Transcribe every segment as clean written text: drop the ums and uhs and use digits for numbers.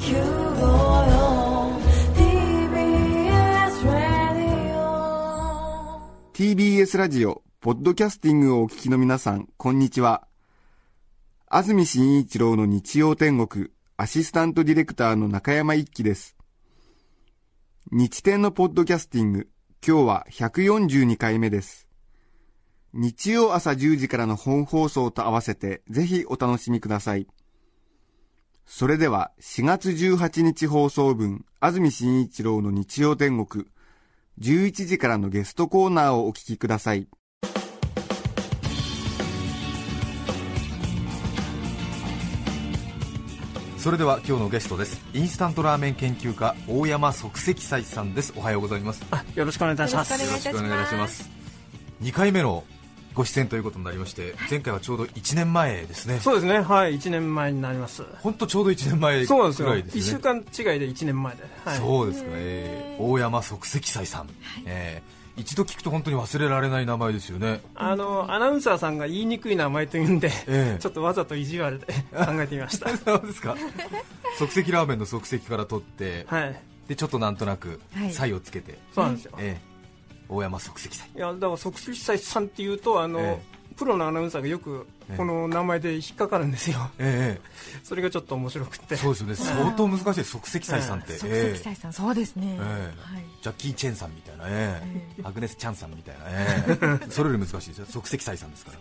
TBS ラジオポッドキャスティングをお聞きの皆さん、こんにちは。安住紳一郎の日曜天国アシスタントディレクターの中山一輝です。日天のポッドキャスティング、今日は142回目です。日曜朝10時からの本放送と合わせてぜひお楽しみください。それでは4月18日放送分、安住紳一郎の日曜天国11時からのゲストコーナーをお聞きください。 それでは今日のゲストです。インスタントラーメン研究家大山即席斎さんです。おはようございます。 よろしくお願いいたします。 よろしくお願いいたします。2回目のご出演ということになりまして、前回はちょうど1年前ですね。 そうですね、はい、1年前になります。 本当ちょうど1年前くらいですね。そうなんですよ、 1週間違いで1年前で、はい、 そうですね。大山即席斎さん、一度聞くと本当に忘れられない名前ですよね。 アナウンサーさんが言いにくい名前というんで、ちょっとわざと意地悪で考えてみましたそうですか。即席ラーメンの即席から取って、はい、でちょっとなんとなく斎をつけて、 そうなんですよ、 大山即席斎。 いやだから即席斎さんっていうとプロのアナウンサーがよくこの名前で引っかかるんですよ、それがちょっと面白くて。 そうですよね、相当難しい。即席斎さんって、 即席斎さん、そうですね、 ジャッキー・チェンさんみたいな、アグネス・チャンさんみたいな、それより難しいですよ。即席斎さんですから、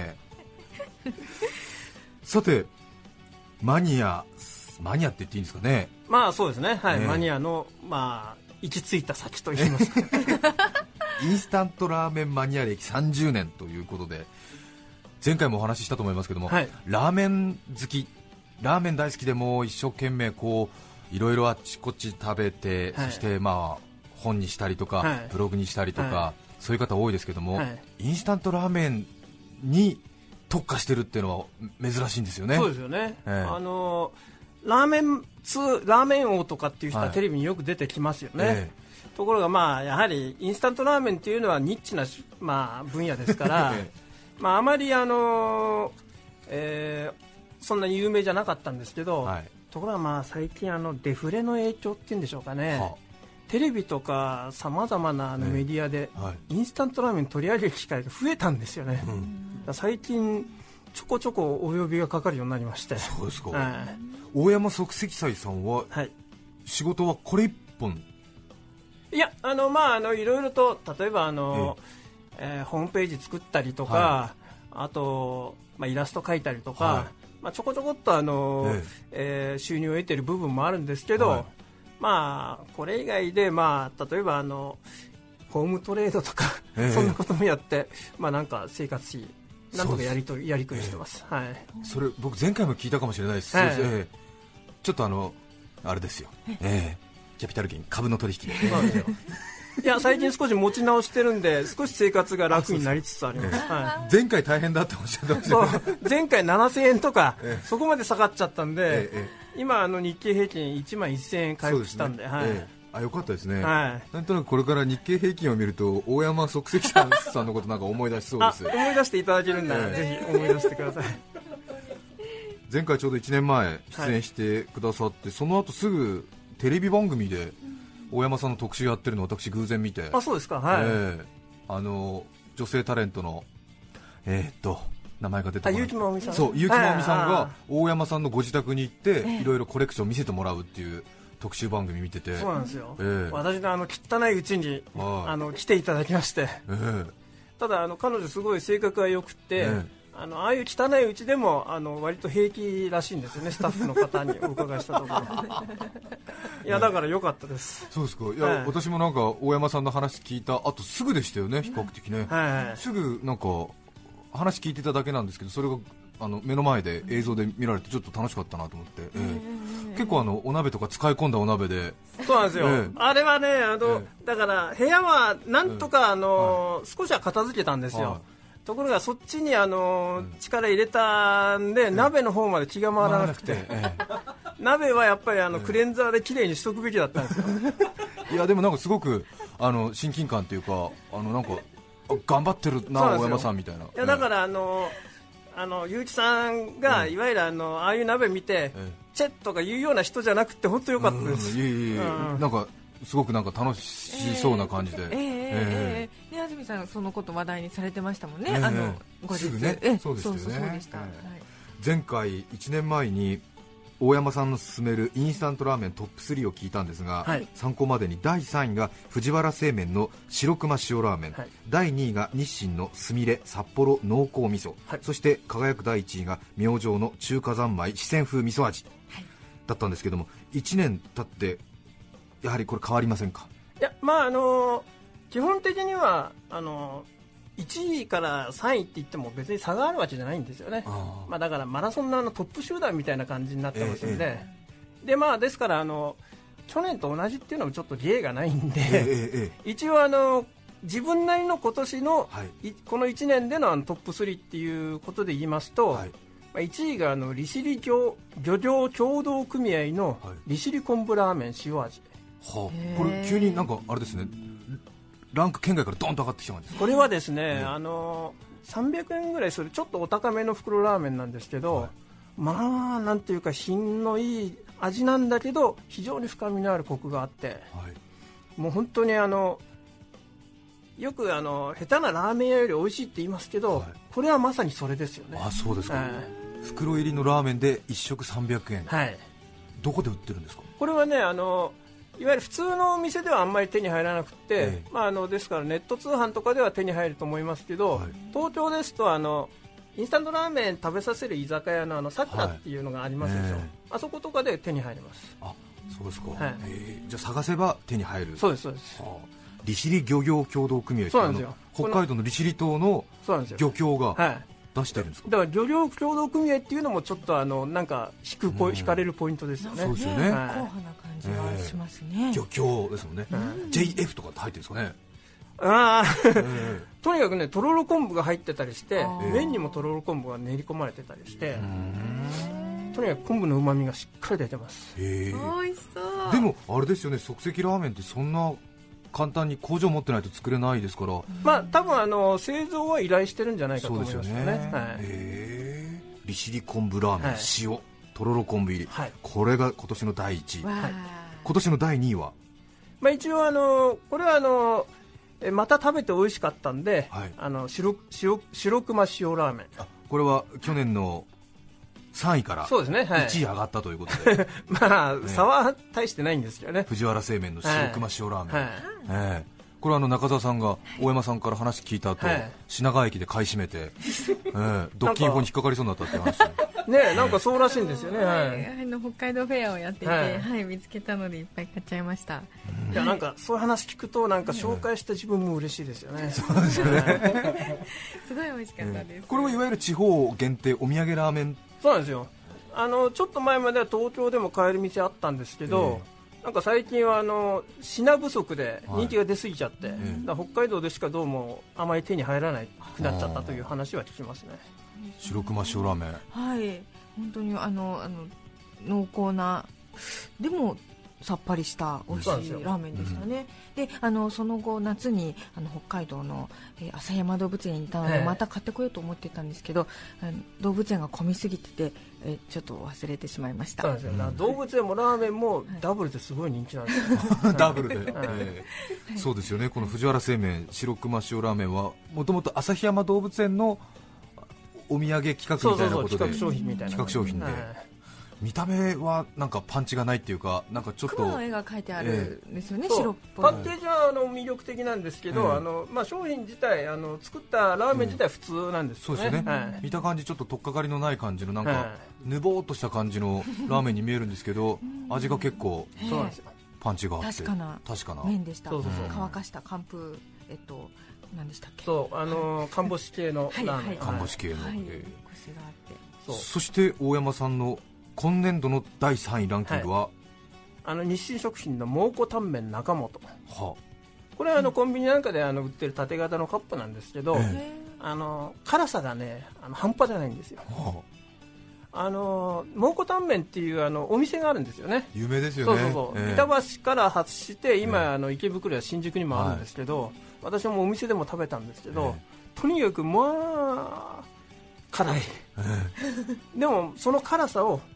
さてマニアって言っていいんですかね。 まあそうですね、はい、マニアの行き着いた先といいますかインスタントラーメンマニア歴30年ということで、前回もお話ししたと思いますけども、ラーメン好き、ラーメン大好きでも一生懸命こういろいろあっちこっち食べて、そして本にしたりとか、ブログにしたりとか、そういう方多いですけども、インスタントラーメンに特化してるっていうのは珍しいんですよね。 そうですよね、ラーメン王とかっていう人はテレビによく出てきますよね、ところがやはりインスタントラーメンっていうのはニッチな、分野ですからあまりそんなに有名じゃなかったんですけど、ところが最近デフレの影響っていうんでしょうかね、テレビとかさまざまなメディアでインスタントラーメン取り上げる機会が増えたんですよね、最近ちょこちょこお呼びがかかるようになりまして。 そうですか、大山即席斎さんは、仕事はこれ一本？ いやいろいろと、例えばホームページ作ったりとか、あと、イラスト描いたりとか、ちょこちょこっと収入を得ている部分もあるんですけど、これ以外で、例えばホームトレードとか、そんなこともやって、なんか生活費なんとかやりくりしてます、 それ僕前回も聞いたかもしれないです、ちょっとあれですよ、キャピタルゲイン株の取引で、 いや最近少し持ち直してるんで、少し生活が楽になりつつあります、 前回大変だっておっしゃってましたね。 前回7000円とか、そこまで下がっちゃったんで、今日経平均1万1000円回復したんで、 よかったですね、なんとなくこれから日経平均を見ると大山即席さんのことなんか思い出しそうです。 思い出していただけるんなら、ぜひ思い出してください。 前回ちょうど1年前出演してくださって、その後すぐテレビ番組で大山さんの特集やってるのを私偶然見て、 そうですか、 女性タレントの名前が出てこない、 結城まおみさん、 そう結城まおみさんが大山さんのご自宅に行っていろいろコレクション見せてもらうっていう特集番組見てて、 そうなんですよ、私の汚いうちに来ていただきまして、ただ彼女すごい性格が良くて、ああいう汚いうちでも割と平気らしいんですよね、スタッフの方にお伺いしたところいやだから良かったです。 そうですか。いや、私もなんか大山さんの話聞いたあとすぐでしたよね、比較的ね、すぐなんか話聞いてただけなんですけど、それが目の前で映像で見られてちょっと楽しかったなと思って、結構お鍋とか使い込んだお鍋で。 そうなんですよ、あれはねだから部屋はなんとか少しは片付けたんですよ、ところがそっちに力入れたんで、鍋の方まで気が回らなくて、鍋はやっぱりクレンザーできれいにしとくべきだったんですよいやでもなんかすごく親近感というか、なんか頑張ってるな大山さんみたいな。いやだからゆういちさんが、いわゆるああいう鍋見て、チェッとか言うような人じゃなくて本当良かったです。 なんかすごくなんか楽しそうな感じで、 安住さんそのこと話題にされてましたもんね、後日すぐね、そうでした。前回1年前に大山さんの勧めるインスタントラーメントップ3を聞いたんですが、参考までに第3位が藤原製麺の白熊塩ラーメン、第2位が日清のすみれ札幌濃厚味噌、そして輝く第1位が明星の中華三昧四川風味噌味、だったんですけども、1年経ってやはりこれ変わりませんか？ いや、基本的には1位から3位って言っても別に差があるわけじゃないんですよね。だからマラソンのトップ集団みたいな感じになってますんで、ですから去年と同じっていうのもちょっと芸がないんで、一応自分なりの今年の、この1年でのトップ3っていうことで言いますと、1位が利尻漁業協同組合の利尻昆布ラーメン塩味、 これ急になんかあれですね、ランク県外からドンと上がってきたんです。 これはですね、300円ぐらいするちょっとお高めの袋ラーメンなんですけど、なんていうか品のいい味なんだけど非常に深みのあるコクがあって、もう本当によく下手なラーメン屋より美味しいって言いますけど、これはまさにそれですよね。 そうですか。袋入りのラーメンで1食300円、どこで売ってるんですか？ これはね、いわゆる普通のお店ではあんまり手に入らなくて、ですからネット通販とかでは手に入ると思いますけど、東京ですとインスタントラーメン食べさせる居酒屋のさくらっていうのがありますでしょ、あそことかで手に入ります。 そうですか。じゃあ探せば手に入る。 そうですそうです。 利尻漁業協同組合って北海道の利尻島の漁協が出してるんですか？ だから漁業協同組合っていうのもちょっとなんか惹かれるポイントですよね。 そうですよね。 硬派な感じがしますね。 漁協ですもんね。JF とかって入ってるんですかね？ とにかくね、とろろ昆布が入ってたりして、麺にもとろろ昆布が練り込まれてたりして、とにかく昆布の旨味がしっかり出てます。 美味しそう。 でもあれですよね、即席ラーメンってそんな簡単に工場持ってないと作れないですから、 多分製造は依頼してるんじゃないかと思いますよね。 利尻昆布ラーメン、塩とろろ昆布入り、これが今年の第1位。今年の第2位は、 一応これはまた食べて美味しかったんで、白熊塩ラーメン、 これは去年の3位から1位上がったということで、 差は大してないんですけどね。 藤原製麺の白熊塩ラーメン、これは中澤さんが大山さんから話聞いた後、品川駅で買い占めて、独禁法に引っかかりそうになったって話なんかそうらしいんですよね。 北海道フェアをやっていて、見つけたのでいっぱい買っちゃいました。 なんかそういう話聞くと、なんか紹介した自分も嬉しいですよね。 そうですよね。すごい美味しかったです。 これはいわゆる地方限定お土産ラーメン。 そうなんですよ。ちょっと前までは東京でも買える店あったんですけど、なんか最近は品不足で人気が出過ぎちゃって、北海道でしかどうもあまり手に入らなくなっちゃったという話は聞きますね。 白熊塩ラーメン、 本当に濃厚な、でもさっぱりした美味しいラーメンでしたね。でその後夏に北海道の浅山動物園にいたので、また買ってこようと思ってたんですけど、動物園が混みすぎてて、ちょっと忘れてしまいました。 そうなんですよ。動物園もラーメンもダブルですごい人気なんですよ。 ダブルで、そうですよね。この藤原製麺白熊塩ラーメンはもともと旭山動物園のお土産企画みたいなことで、 企画商品みたいな、 企画商品で、見た目はなんかパンチがないっていうか、なんかちょっと雲の絵が描いてあるんですよね、白っぽい。 パッケージは魅力的なんですけど、商品自体作ったラーメン自体は普通なんですよね。 そうですね。見た感じちょっと取っかかりのない感じの、なんかぬぼーっとした感じのラーメンに見えるんですけど、味が結構パンチがあって確かな麺でした。乾かした寒風、何でしたっけ。 カンボジ系のラーメン。 カンボジ系の。 コシがあって。 そして大山さんの今年度の第3位ランキングは、 日清食品の蒙古タンメン中本、これはコンビニなんかで売ってる縦型のカップなんですけど、辛さがね半端じゃないんですよ。蒙古タンメンっていうお店があるんですよね。 有名ですよね。 板橋から発して今池袋や新宿にもあるんですけど、私もお店でも食べたんですけど、とにかく辛いでもその辛さを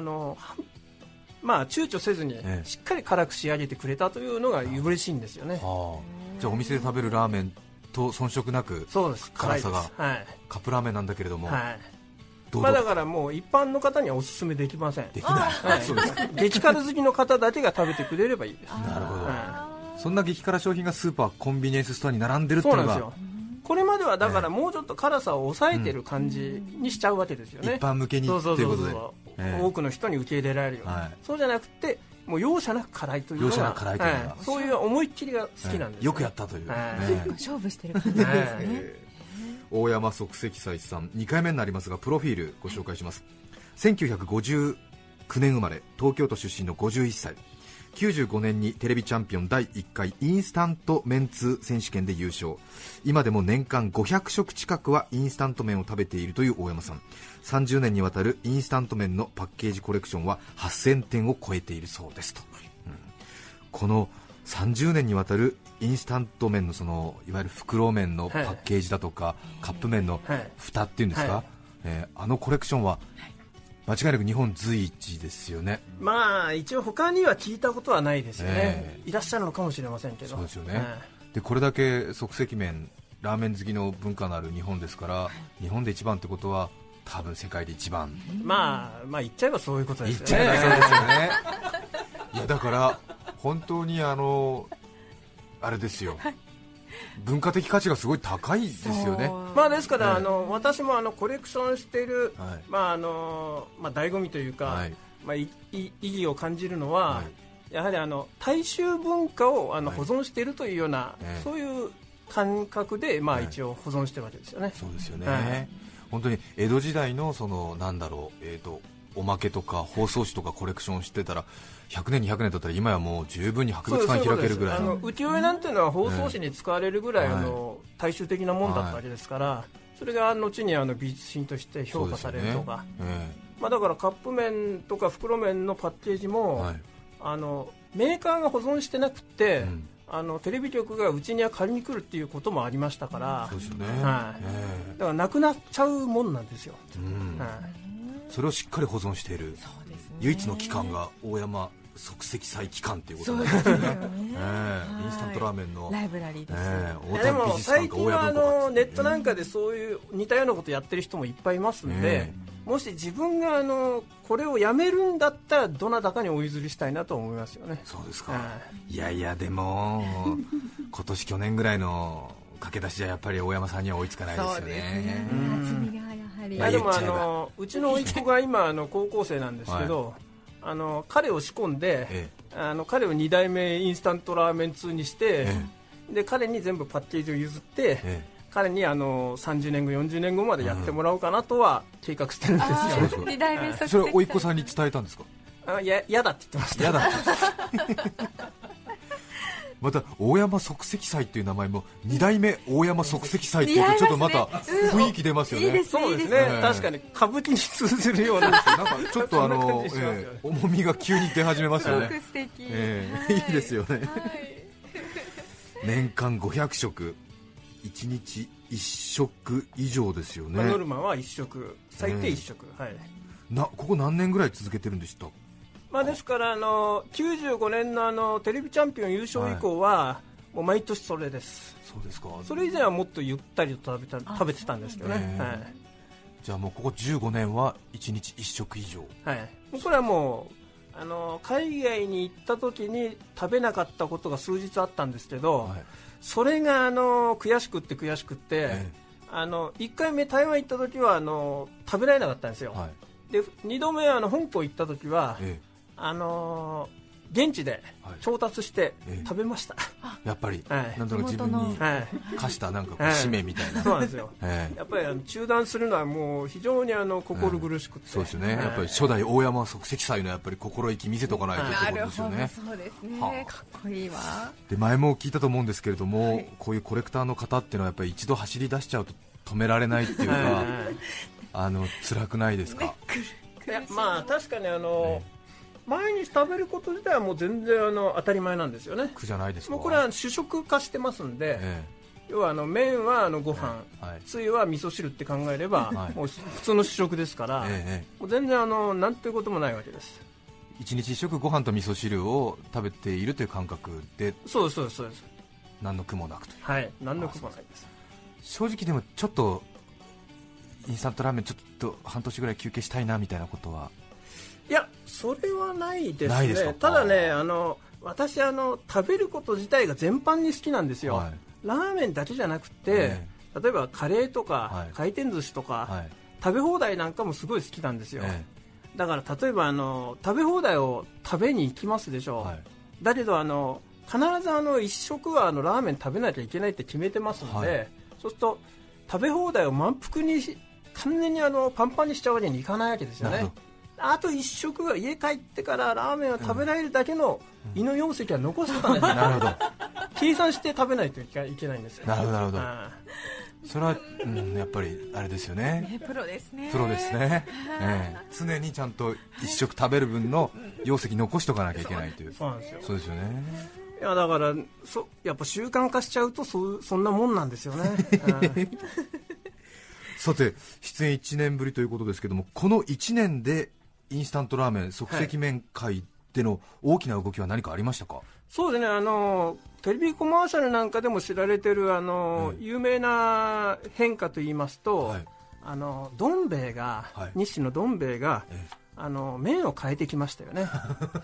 まあ躊躇せずにしっかり辛く仕上げてくれたというのが嬉しいんですよね。 じゃあお店で食べるラーメンと遜色なく辛さがカップラーメンなんだけれども、 まあ、だからもう一般の方にはおすすめできません。 できない、そうですか。 激辛好きの方だけが食べてくれればいいです。 なるほど、そんな激辛商品がスーパーコンビニエンスストアに並んでるっていうのが、そうなんですよ。 これまではだからもうちょっと辛さを抑えてる感じにしちゃうわけですよね、 一般向けにということで、 多くの人に受け入れられるように、そうじゃなくてもう容赦なく辛いというのが、そういう思いっきりが好きなんです、 よくやったという、 勝負してる感じですね。 大山即席斎さん、2回目になりますがプロフィールご紹介します。1959年生まれ、東京都出身の51歳、95年にテレビチャンピオン第1回インスタント麺通選手権で優勝。今でも年間500食近くはインスタント麺を食べているという大山さん。30年にわたるインスタント麺のパッケージコレクションは8000点を超えているそうですと、この30年にわたるインスタント麺のそのいわゆる袋麺のパッケージだとか、カップ麺の蓋っていうんですか、あのコレクションは間違いなく日本随一ですよね。 まあ一応他には聞いたことはないですよね、いらっしゃるのかもしれませんけど。 そうですよね、でこれだけ即席麺ラーメン好きの文化のある日本ですから、日本で一番ってことは多分世界で一番、 まあ言っちゃえばそういうことですよね。 言っちゃえばそうですよねいやだから本当にあれですよ、文化的価値がすごい高いですよね。 まあですから、私もコレクションしている、醍醐味というか、意義を感じるのは、やはり大衆文化を保存しているというような、そういう感覚で、一応保存してるわけですよね。 そうですよね、本当に江戸時代のなんだろう、おまけとか包装紙とかコレクションしてたら100年200年だったら今やもう十分に博物館開けるぐらいの、 浮世絵なんていうのは包装紙に使われるぐらい大衆的なもんだったわけですから、それが後に美術品として評価されるとか、だからカップ麺とか袋麺のパッケージも、メーカーが保存してなくて、テレビ局がうちには借りに来るっていうこともありましたから、 そうですよね、 だからなくなっちゃうもんなんですよ、 それをしっかり保存している、唯一の機関が大山即席祭機関ということなんですね。インスタントラーメンのライブラリーです、 でも最近はネットなんかでそういう似たようなことやってる人もいっぱいいますんで、もし自分がこれをやめるんだったらどなたかにお譲りしたいなと思いますよね。 そうですか、いやでも今年去年ぐらいの駆け出しじゃやっぱり大山さんには追いつかないですよね。 そうですね、厚みがやはり、 でもうちの甥っ子が今高校生なんですけど、彼を仕込んで、彼を2代目インスタントラーメン通にして、で彼に全部パッケージを譲って、彼に30年後40年後までやってもらおうかなとは計画してるんですよ。 2代目即席それは甥っ子さんに伝えたんですか？ 嫌だって言ってました。 嫌だってまた大山即席祭っていう名前も2代目大山即席祭っていうとちょっとまた雰囲気出ますよね。 そうですね、確かに歌舞伎に通ずるようななんかちょっと重みが急に出始めますよね。 素敵、 いいですよね、年間500食1日1食以上ですよね。 ノルマは1食、最低1食、 ここ何年ぐらい続けてるんでした？ ですから95年のテレビチャンピオン優勝以降は、もう毎年それです。 そうですか。 それ以前はもっとゆったりと食べてたんですけどね、 じゃあもうここ15年は1日1食以上、 これはもう海外に行った時に食べなかったことが数日あったんですけど、それが悔しくって1回目台湾行った時は食べられなかったんですよ、で2度目香港行った時は、現地で調達して食べました、 やっぱり、なんとなく自分に課したなんか使命みたいな、 そうなんですよ、やっぱり中断するのはもう非常に心苦しくて、 そうですね、やっぱり初代大山即席祭のやっぱり心意気見せとかないとってことですよね。 そうですね、かっこいいわ。 で前も聞いたと思うんですけれども、こういうコレクターの方っていうのはやっぱり一度走り出しちゃうと止められないっていうか、辛くないですか？ 確かに毎日食べること自体はもう全然当たり前なんですよね。 苦じゃないですか？ もうこれは主食化してますんで、 要は麺はご飯、 はい、 つゆは味噌汁って考えれば、はい、もう普通の主食ですから、もう全然なんていうこともないわけです。 一日一食ご飯と味噌汁を食べているという感覚で、 そうですそうですそうです。 何の苦もなくという。 はい、何の苦もないです。 正直でもちょっとインスタントラーメンちょっと半年ぐらい休憩したいなみたいなことは。 いや、それはないですね。 ないですか。 ただね、私食べること自体が全般に好きなんですよ、はい、ラーメンだけじゃなくて、例えばカレーとか、はい、回転寿司とか、はい、食べ放題なんかもすごい好きなんですよ、だから例えば食べ放題を食べに行きますでしょう、はい、だけど必ず一食はラーメン食べなきゃいけないって決めてますので、はい、そうすると食べ放題を満腹に完全にパンパンにしちゃうわけにいかないわけですよね。あと一食は家帰ってからラーメンを食べられるだけの胃の容積は残しておかないと、なるほど、計算して食べないといけないんですよ。 なるほどなるほど。それは、やっぱりあれですよね、 プロですね。 プロですね、常にちゃんと一食食べる分の容積残しておかなきゃいけないという。 そうなんですよ。 そうですよね。 いやだからやっぱ習慣化しちゃうとそんなもんなんですよね。 さて出演1年ぶりということですけども、この1年でインスタントラーメン即席麺界での大きな動きは何かありましたか？ そうですね、テレビコマーシャルなんかでも知られている有名な変化といいますと、はい、どん兵衛が、はい、日清のどん兵衛が、麺を変えてきましたよね。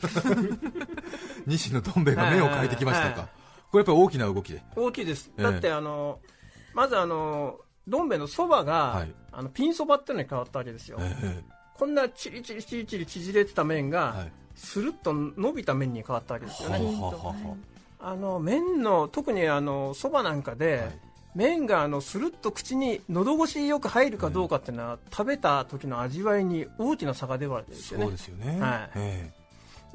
日清のどん兵衛が麺を変えてきましたか、はい、これやっぱり大きな動きで。 大きいです。だってまずどん兵衛のそばが、はい、ピンそばっていうのに変わったわけですよ、こんなチリチリチリチリ縮れてた麺が、はい、スルッと伸びた麺に変わったわけですよね。麺の特にそばなんかで、はい、麺がスルッと口に喉越しよく入るかどうかっていうのは、食べた時の味わいに大きな差が出るわけですよね。 そうですよね、 はい、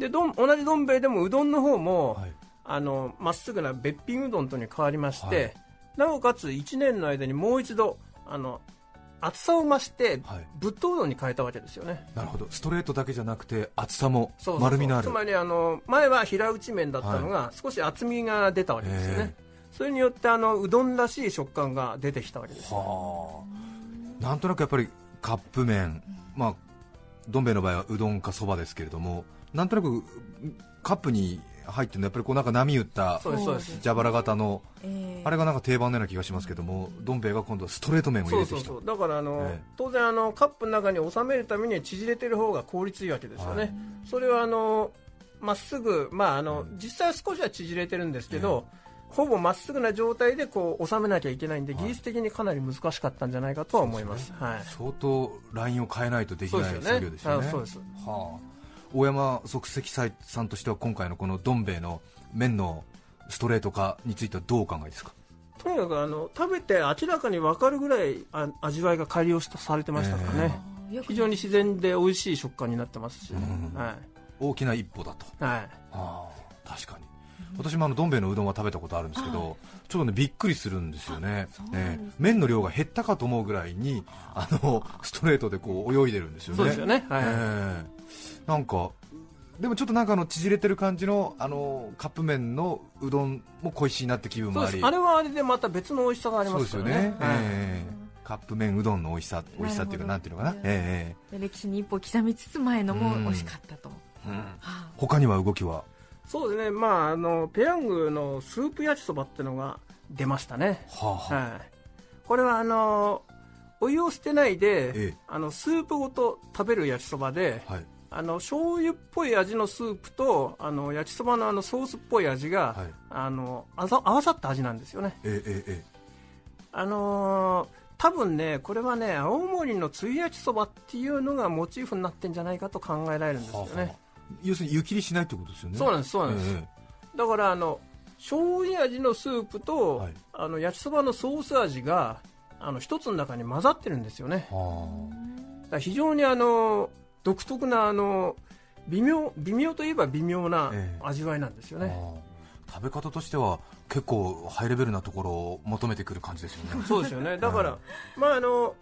で同じどん兵衛でもうどんの方も、はい、まっすぐなべっぴんうどんとに変わりまして、はい、なおかつ1年の間にもう一度厚さを増してぶっとうどんに変えたわけですよね。 なるほど、ストレートだけじゃなくて厚さも丸みのある。 つまり前は平打ち麺だったのが少し厚みが出たわけですよね。それによってうどんらしい食感が出てきたわけですよ。 なんとなくやっぱりカップ麺、どん兵衛の場合はうどんかそばですけれども、なんとなくカップに入ってるのやっぱりこうなんか波打った蛇腹型の、あれがなんか定番のような気がしますけども、どん兵衛が今度はストレート麺を入れてきた。 だから当然カップの中に収めるために縮れてる方が効率いいわけですよね、はい、それはまっすぐ、実際は少しは縮れてるんですけど、ほぼまっすぐな状態でこう収めなきゃいけないんで、技術的にかなり難しかったんじゃないかとは思います。はい、 相当ラインを変えないとできない作業ですよね。 そうです。 大山即席さんとしては今回のこのどん兵衛の麺のストレート化についてはどうお考えですか？ とにかく食べて明らかに分かるぐらい味わいが改良されてましたからね、非常に自然で美味しい食感になってますし、はい、 大きな一歩だと、 はい、 確かに私もどん兵衛のうどんは食べたことあるんですけど、ちょっとねびっくりするんですよね。麺の量が減ったかと思うぐらいにストレートでこう泳いでるんですよね。 そうですよね、はい、 なんかでもちょっとなんか縮れてる感じのカップ麺のうどんも恋しいなって気分もあり、 そうです、あれはあれでまた別の美味しさがありますからね。そうですよね、カップ麺うどんの美味しさっていうかなんていうのかな、 歴史に一歩刻みつつ前のも美味しかったと、 他には動きは？ そうですね、ペヤングのスープ焼きそばってのが出ましたね。これはお湯を捨てないで、スープごと食べる焼きそばで、醤油っぽい味のスープと焼きそばのソースっぽい味が、合わさった味なんですよね。多分ね、これはね、青森のつゆ焼きそばっていうのがモチーフになってんじゃないかと考えられるんですよね。 要するに湯切りしないってことですよね。 そうなんです、だから醤油味のスープと、焼きそばのソース味が一つの中に混ざってるんですよね。だから非常に独特な微妙といえば微妙な味わいなんですよね。 食べ方としては結構ハイレベルなところを求めてくる感じですよね。 そうですよね。だから、お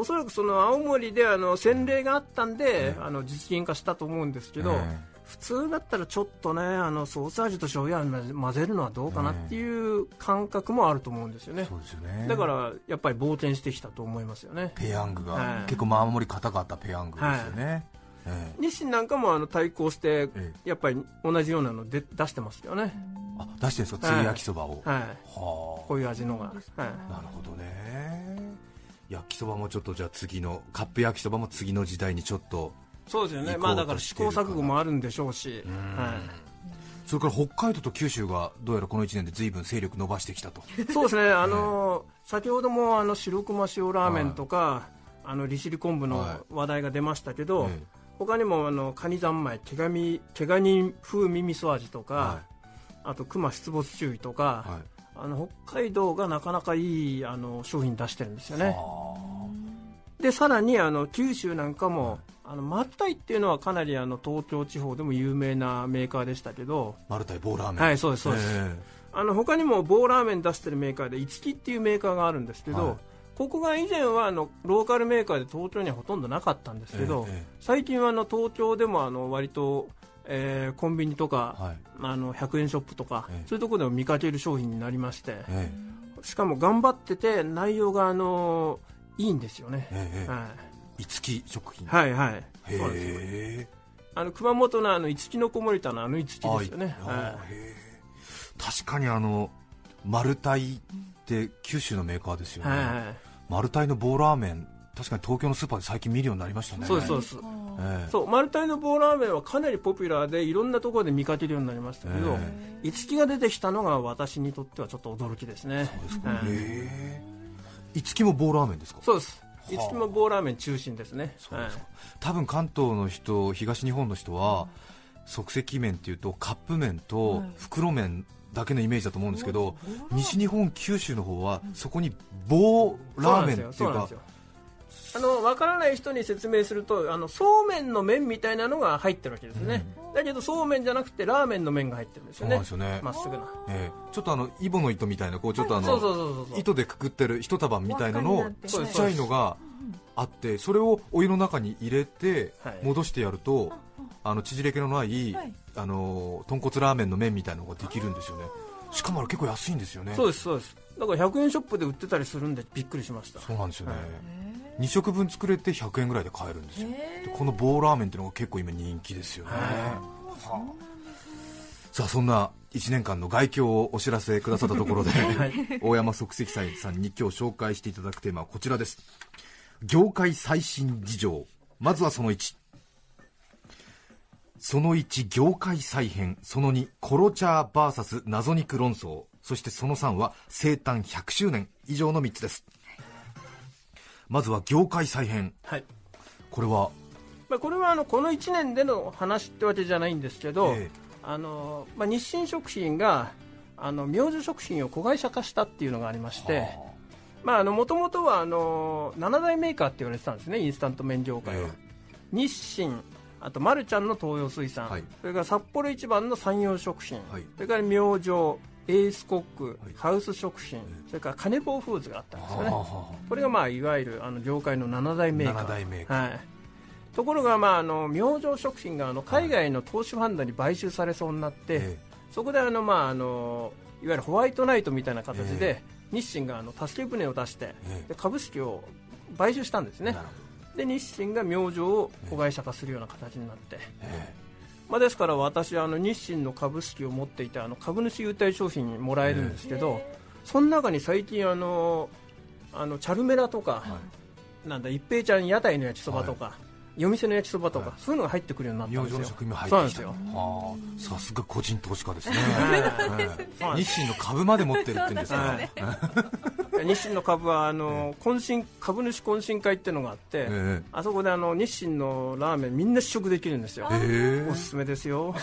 おそらくその青森で洗礼があったんで、実現化したと思うんですけど、普通だったらちょっとねソース味と醤油味混ぜるのはどうかなっていう感覚もあると思うんですよね。 そうですよね。 だからやっぱり冒険してきたと思いますよね。 ペヤングが、結構守り方があったペヤングですよね。 日清なんかも対抗してやっぱり同じようなので出してますよね。 あ、出してるんですか、つゆ焼きそばを。 こういう味のが、 なるほどね。焼きそばもちょっとじゃあ次のカップ焼きそばも次の時代にちょっと。 そうですよね。まあだから試行錯誤もあるんでしょうし、 それから北海道と九州がどうやらこの1年で随分勢力伸ばしてきたと。 そうですね。先ほども白熊塩ラーメンとか、利尻昆布の話題が出ましたけど、他にもカニ三昧毛ガニ風味味噌味とか、あと熊出没注意とか、北海道がなかなかいい商品出してるんですよね。でさらに九州なんかもマルタイっていうのはかなり東京地方でも有名なメーカーでしたけど、 マルタイ棒ラーメン、 はい、そうですそうです、他にも棒ラーメン出してるメーカーでいつきっていうメーカーがあるんですけど、ここが以前はローカルメーカーで東京にはほとんどなかったんですけど、最近は東京でも割と、コンビニとか、100円ショップとか、そういうところでも見かける商品になりまして、しかも頑張ってて内容がいいんですよね。 いつき食品、 はいはい、そうですよ。熊本のいつきの子守田のいつきですよね。 確かにマルタイって九州のメーカーですよね。マルタイの棒ラーメン、確かに東京のスーパーで最近見るようになりましたね。 そうですそうです、そうマルタイの棒ラーメンはかなりポピュラーでいろんなところで見かけるようになりましたけど、いつきが出てきたのが私にとってはちょっと驚きですね。 そうですか。いつきも棒ラーメンですか？ そうです。いつきも棒ラーメン中心ですね。 多分関東の人、東日本の人は即席麺っていうとカップ麺と袋麺だけのイメージだと思うんですけど、西日本九州の方はそこに棒ラーメンっていうか、 分からない人に説明するとそうめんの麺みたいなのが入ってるわけですね。だけどそうめんじゃなくてラーメンの麺が入ってるんですよね。 そうなんですよね。 まっすぐな、 ちょっとイボの糸みたいなちょっと糸でくくってる一束みたいなのちっちゃいのがあって、それをお湯の中に入れて戻してやると縮れ気のない豚骨ラーメンの麺みたいなのができるんですよね。しかも結構安いんですよね。 そうですそうです。だから100円ショップで売ってたりするんでびっくりしました。 そうなんですよね。2食分作れて100円ぐらいで買えるんですよ。でこの棒ラーメンっていうのが結構今人気ですよね。さあそんな1年間の概況をお知らせくださったところで、大山即席斎さんに今日紹介していただくテーマはこちらです。業界最新事情。まずはその1、その1業界再編、その2コロチャー VS 謎肉論争、そしてその3は生誕100周年。以上の3つです。まずは業界再編、これはこの1年での話ってわけじゃないんですけど、日清食品が明星食品を子会社化したっていうのがありまして、もともとは7大メーカーって言われてたんですね、インスタント麺業界は。日清、あとマルちゃんの東洋水産、それから札幌一番の山陽食品、それから明星、エースコック、ハウス食品、それからカネボウフーズがあったんですよね。これがいわゆる業界の7大メーカー。ところが明星食品が海外の投資ファンドに買収されそうになって、そこでいわゆるホワイトナイトみたいな形で日清が助け舟を出して、で株式を買収したんですね。で日清が明星を子会社化するような形になって、ですから私日清の株式を持っていて株主優待商品もらえるんですけど、その中に最近チャルメラとか、一平ちゃん屋台の焼きそばとか、夜店の焼きそばとか、そういうのが入ってくるようになったんですよ。 明星の食品も入ってきた。そうなんですよ。さすが個人投資家ですね。日清の株まで持ってるって言うんですか。 日清の株は株主懇親会っていうのがあって、あそこで日清のラーメンみんな試食できるんですよ。おすすめですよ。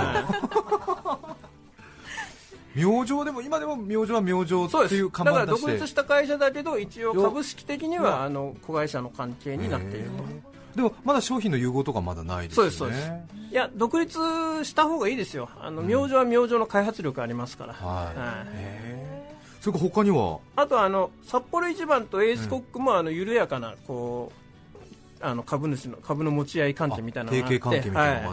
明星でも今でも明星は明星っていう看板出して、だから独立した会社だけど一応株式的には子会社の関係になっていると。 でもまだ商品の融合とかまだないですよね。 そうです。いや独立した方がいいですよ。明星は明星の開発力ありますから。 それから他にはあと札幌一番とエースコックも緩やかなこう株の持ち合い関係みたいなのがあって、 提携関係みたいなのがあって、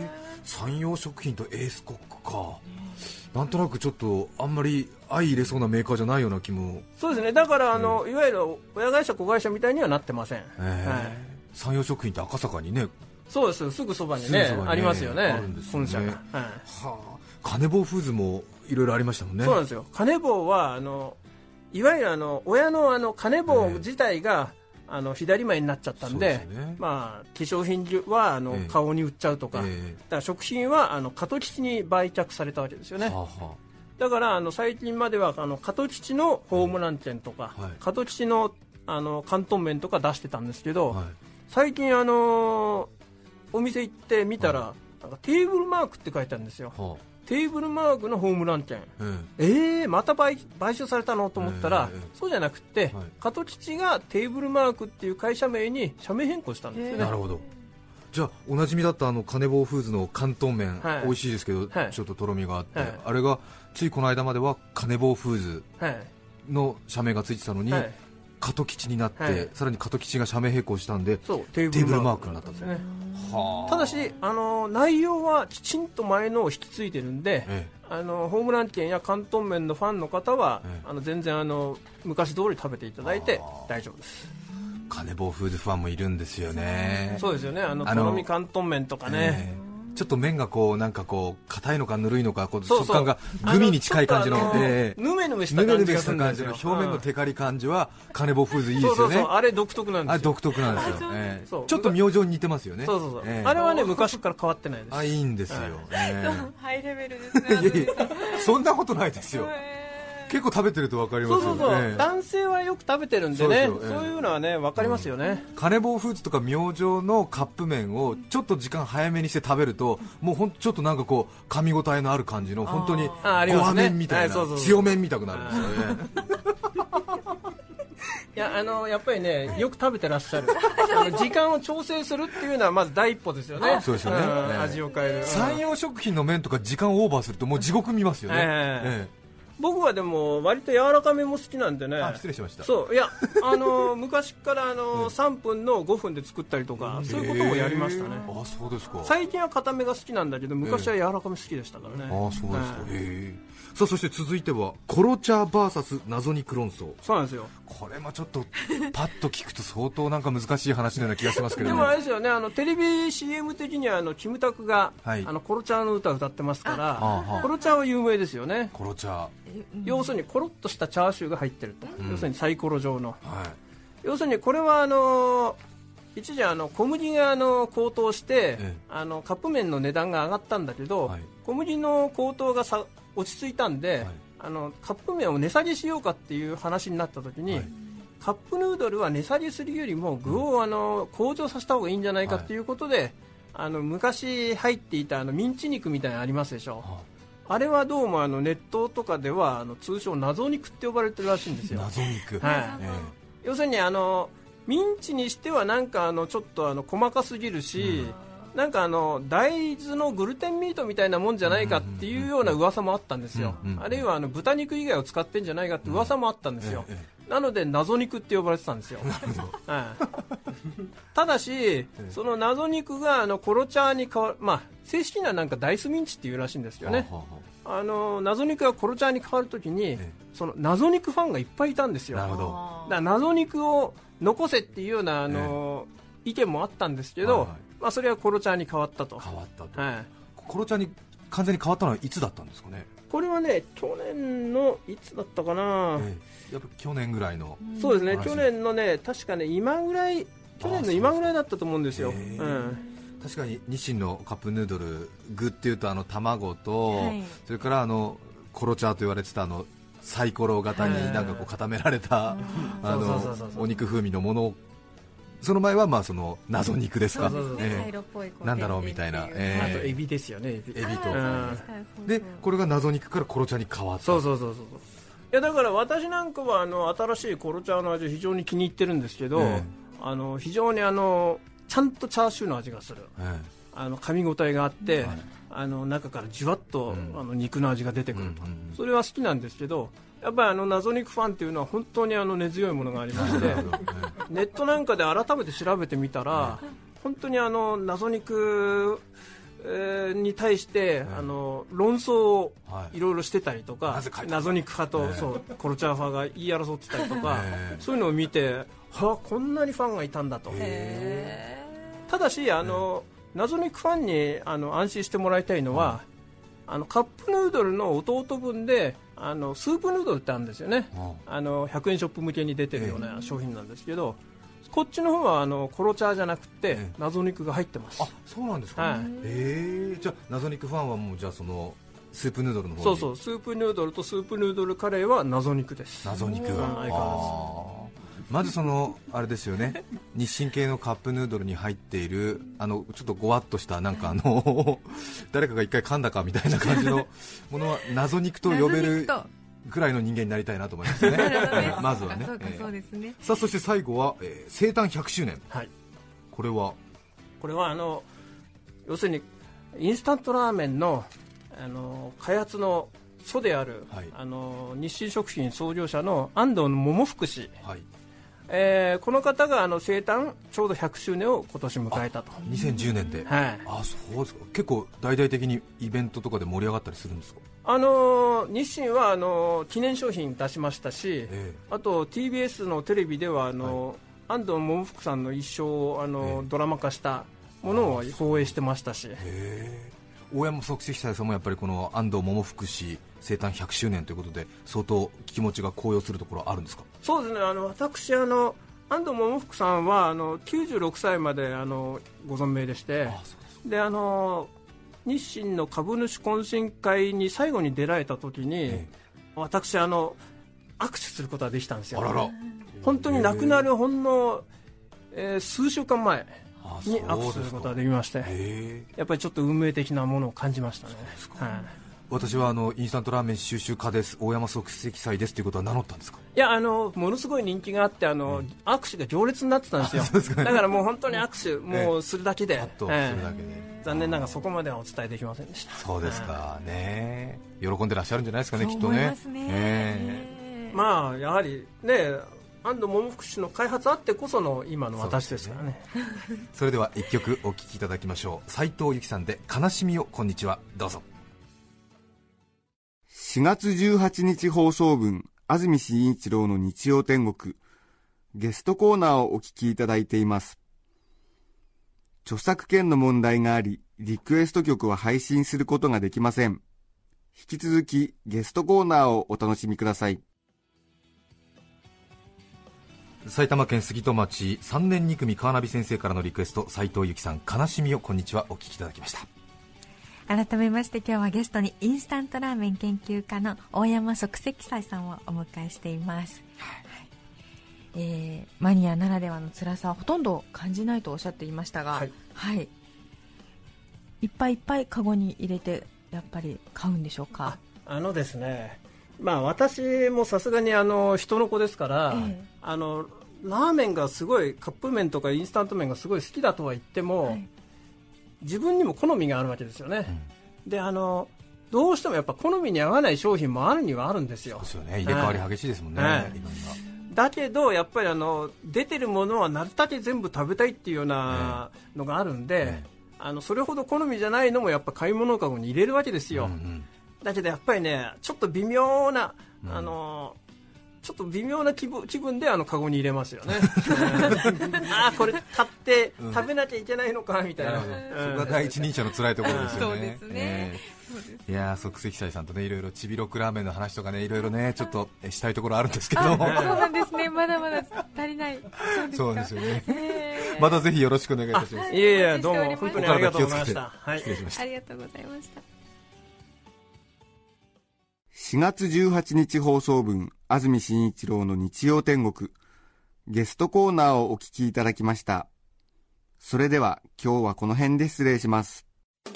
山陽食品とエースコックか、なんとなくちょっとあんまり相入れそうなメーカーじゃないような気も。 そうですね、だからいわゆる親会社子会社みたいにはなってません。 山陽食品って赤坂にね。 そうです、すぐそばにねありますよね、本社が。 カネボウフーズもいろいろありましたもんね。 そうなんですよ。カネボウはいわゆる親のカネボウ自体が左前になっちゃったんで、化粧品は顔に売っちゃうとか、だから食品は加藤吉に売却されたわけですよね。だから最近までは加藤吉のホームラン店とか、加藤吉の広東麺とか出してたんですけど、最近お店行って見たら、なんかテーブルマークって書いてあるんですよ。テーブルマークのホームラン店、また買収されたのと思ったら、そうじゃなくて、加藤吉がテーブルマークっていう会社名に社名変更したんですよね。 なるほど。じゃあおなじみだったカネボウフーズの広東麺、美味しいですけど、ちょっととろみがあって、あれがついこの間まではカネボウフーズの社名がついてたのに、加藤吉になって、さらに加藤吉が社名変更したんで、テーブルマークになったんですね。 ただし内容はきちんと前のを引き継いでるんで、ホームラン店や広東麺のファンの方は、全然昔通り食べていただいて大丈夫です。 カネボウフーズファンもいるんですよね。 そうですよね、とろみ広東麺とかね、 ちょっと麺がなんか硬いのかぬるいのか、食感がグミに近い感じの、 ぬめぬめした感じがするんですよ。 表面のテカリ感じはカネボウフーズいいですよね。 あれ独特なんですよ。 独特なんですよ。ちょっと明星に似てますよね。 あれはね昔から変わってないです。 いいんですよ。 ハイレベルですね。 そんなことないですよ。結構食べてると分かりますよね。 男性はよく食べてるんでね、そういうのはね分かりますよね。 カネボウフーズとか明星のカップ麺をちょっと時間早めにして食べると、もうほんとちょっとなんか噛み応えのある感じの、本当にごわ麺みたいな、強麺みたくなるんですよね。 いややっぱりね、よく食べてらっしゃる。時間を調整するっていうのはまず第一歩ですよね。 そうですよね。 味を変える。 山陽食品の麺とか時間オーバーするともう地獄見ますよね。 僕はでも割と柔らかめも好きなんでね。 失礼しました。 そういや昔から3分の5分で作ったりとか、そういうこともやりましたね。 そうですか。 最近は固めが好きなんだけど、昔は柔らかめ好きでしたからね。 そうですか。さあそして続いてはコロチャ VS 謎肉論争。 そうなんですよ。 これもちょっとパッと聞くと相当なんか難しい話のような気がしますけれども。 でもあれですよね、テレビ CM 的にはキムタクが、コロチャの歌を歌ってますから、コロチャは有名ですよね。 コロチャ、 要するにコロッとしたチャーシューが入ってると、要するにサイコロ状の、要するにこれは一時小麦が高騰して、カップ麺の値段が上がったんだけど、小麦の高騰が落ち着いたんで、カップ麺を値下げしようかっていう話になった時に、カップヌードルは値下げするよりも具を向上させた方がいいんじゃないかっていうことで、昔入っていたミンチ肉みたいなのありますでしょ。あれはどうもネットとかでは通称謎肉って呼ばれてるらしいんですよ。 謎肉、 要するにミンチにしてはなんかちょっと細かすぎるし、なんか大豆のグルテンミートみたいなもんじゃないかっていうような噂もあったんですよ。あるいは豚肉以外を使ってんじゃないかって噂もあったんですよ。なので謎肉って呼ばれてたんですよ。ただしその謎肉がコロチャに変わる、正式にはなんかダイスミンチっていうらしいんですよね。謎肉がコロチャに変わるときに、その謎肉ファンがいっぱいいたんですよ。だから謎肉を残せっていうような意見もあったんですけど、それはコロチャに変わったと。 コロチャに完全に変わったのはいつだったんですかね。 これはね、去年のいつだったかな、 やっぱ去年ぐらいの。 そうですね、去年のね、確かね、去年の今ぐらいだったと思うんですよ。 確かに日清のカップヌードル具っていうと卵と、それからコロチャーと言われてたサイコロ型になんか固められたお肉風味のもの、その前はその謎肉ですか、なんだろうみたいな、あとエビですよね、エビと、 でこれが謎肉からコロチャに変わった。 そういやだから私なんかは新しいコロチャの味非常に気に入ってるんですけど、非常にちゃんとチャーシューの味がする、噛み応えがあって、 中からじわっと、肉の味が出てくると、それは好きなんですけど、やっぱり謎肉ファンっていうのは本当に根強いものがありましてネットなんかで改めて調べてみたら、本当に謎肉に対して論争をいろいろしてたりとか、謎肉派とそうコルチャー派が言い争ってたりとか、そういうのを見て、こんなにファンがいたんだと。ただし謎肉ファンに安心してもらいたいのは、カップヌードルの弟分でスープヌードルってあるんですよね。100円ショップ向けに出てるような商品なんですけど、こっちの方はコロチャーじゃなくて謎肉が入ってます。 あ、そうなんですか。じゃあ謎肉ファンはもうじゃあそのスープヌードルの方に。 そうスープヌードルとスープヌードルカレーは謎肉です。 謎肉がまずあれですよね、日清系のカップヌードルに入っているちょっとごわっとしたなんか誰かが一回噛んだかみたいな感じのものは謎肉と呼べるぐらいの人間になりたいなと思いますねまずはね。 そうですね。 さあそして最後は、生誕100周年、これは要するにインスタントラーメンの開発の祖である、日清食品創業者の安藤桃福氏、この方が生誕ちょうど100周年を今年迎えたと。 2010年で、そうですか。結構大々的にイベントとかで盛り上がったりするんですか？ 日清は記念商品出しましたし、あと TBS のテレビでは安藤桃福さんの一生をドラマ化したものを放映してましたし、 大山即席斎さんもやっぱりこの安藤桃福氏生誕100周年ということで相当気持ちが高揚するところあるんですか？ そうですね、私安藤桃福さんは96歳までご存命でして、で日清の株主懇親会に最後に出られた時に、私握手することができたんですよ。本当に亡くなるほんの、数週間前に握手することができまして、やっぱりちょっと運命的なものを感じましたね。 私はインスタントラーメン収集家です、大山即席斎ですということは名乗ったんですか？ いやものすごい人気があって握手が行列になってたんですよだからもう本当に握手もうするだけで、残念ながらそこまではお伝えできませんでした。 そうですかね。喜んでらっしゃるんじゃないですかね、きっとね。 まあやはりね、安藤桃福氏の開発あってこその今の私ですからね。 それでは一曲お聴きいただきましょう。斉藤由貴さんで悲しみをこんにちは、どうぞ。 4月18日放送分、安住紳一郎の日曜天国、ゲストコーナーをお聞きいただいています。著作権の問題があり、リクエスト曲は配信することができません。引き続きゲストコーナーをお楽しみください。 埼玉県杉戸町3年2組カーナビ先生からのリクエスト、斉藤由貴さん、悲しみをこんにちは、お聞きいただきました。 改めまして今日はゲストにインスタントラーメン研究家の大山即席斎さんをお迎えしています。マニアならではの辛さはほとんど感じないとおっしゃっていましたが、いっぱいいっぱいカゴに入れてやっぱり買うんでしょうか？ ですね、私もさすがに人の子ですから、ラーメンがすごい、カップ麺とかインスタント麺がすごい好きだとは言っても、自分にも好みがあるわけですよね。でどうしてもやっぱ好みに合わない商品もあるにはあるんですよ。 そうですよね、入れ替わり激しいですもんね。 だけどやっぱり出てるものはなるだけ全部食べたいっていうようなのがあるんで、それほど好みじゃないのもやっぱ買い物かごに入れるわけですよ。だけどやっぱりね、ちょっと微妙なちょっと微妙な気分でカゴに入れますよねこれ買って食べなきゃいけないのかみたいな、 そこが第一人者の辛いところですよね。そうですね。いや即席斎さんとね、いろいろちびろくラーメンの話とかね、いろいろねちょっとしたいところあるんですけどそうなんですね、まだまだ足りない。 そうですよね。またぜひよろしくお願いいたします。 いえいえ、どうも本当にありがとうございました。 失礼しました。 ありがとうございました。 4月18日放送分、安住紳一郎の日曜天国、ゲストコーナーをお聞きいただきました。それでは今日はこの辺で失礼します。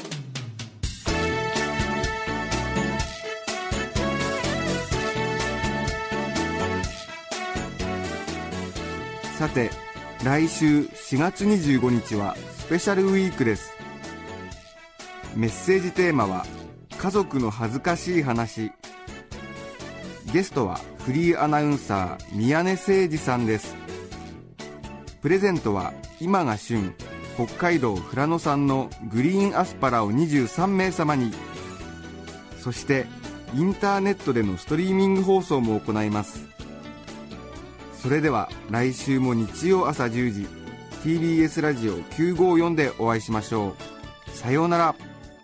さて、来週4月25日はスペシャルウィークです。 メッセージテーマは家族の恥ずかしい話。ゲストはフリーアナウンサー宮根誠司さんです。プレゼントは今が旬北海道富良野産のグリーンアスパラを23名様に。そしてインターネットでのストリーミング放送も行います。それでは来週も日曜朝10時 TBS ラジオ954でお会いしましょう。さようなら。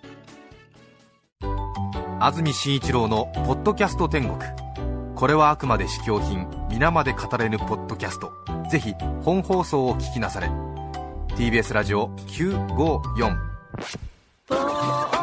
安住紳一郎のポッドキャスト天国。これはあくまで試供品、皆まで語れぬポッドキャスト。ぜひ本放送を聞きなされ。 TBS ラジオ954。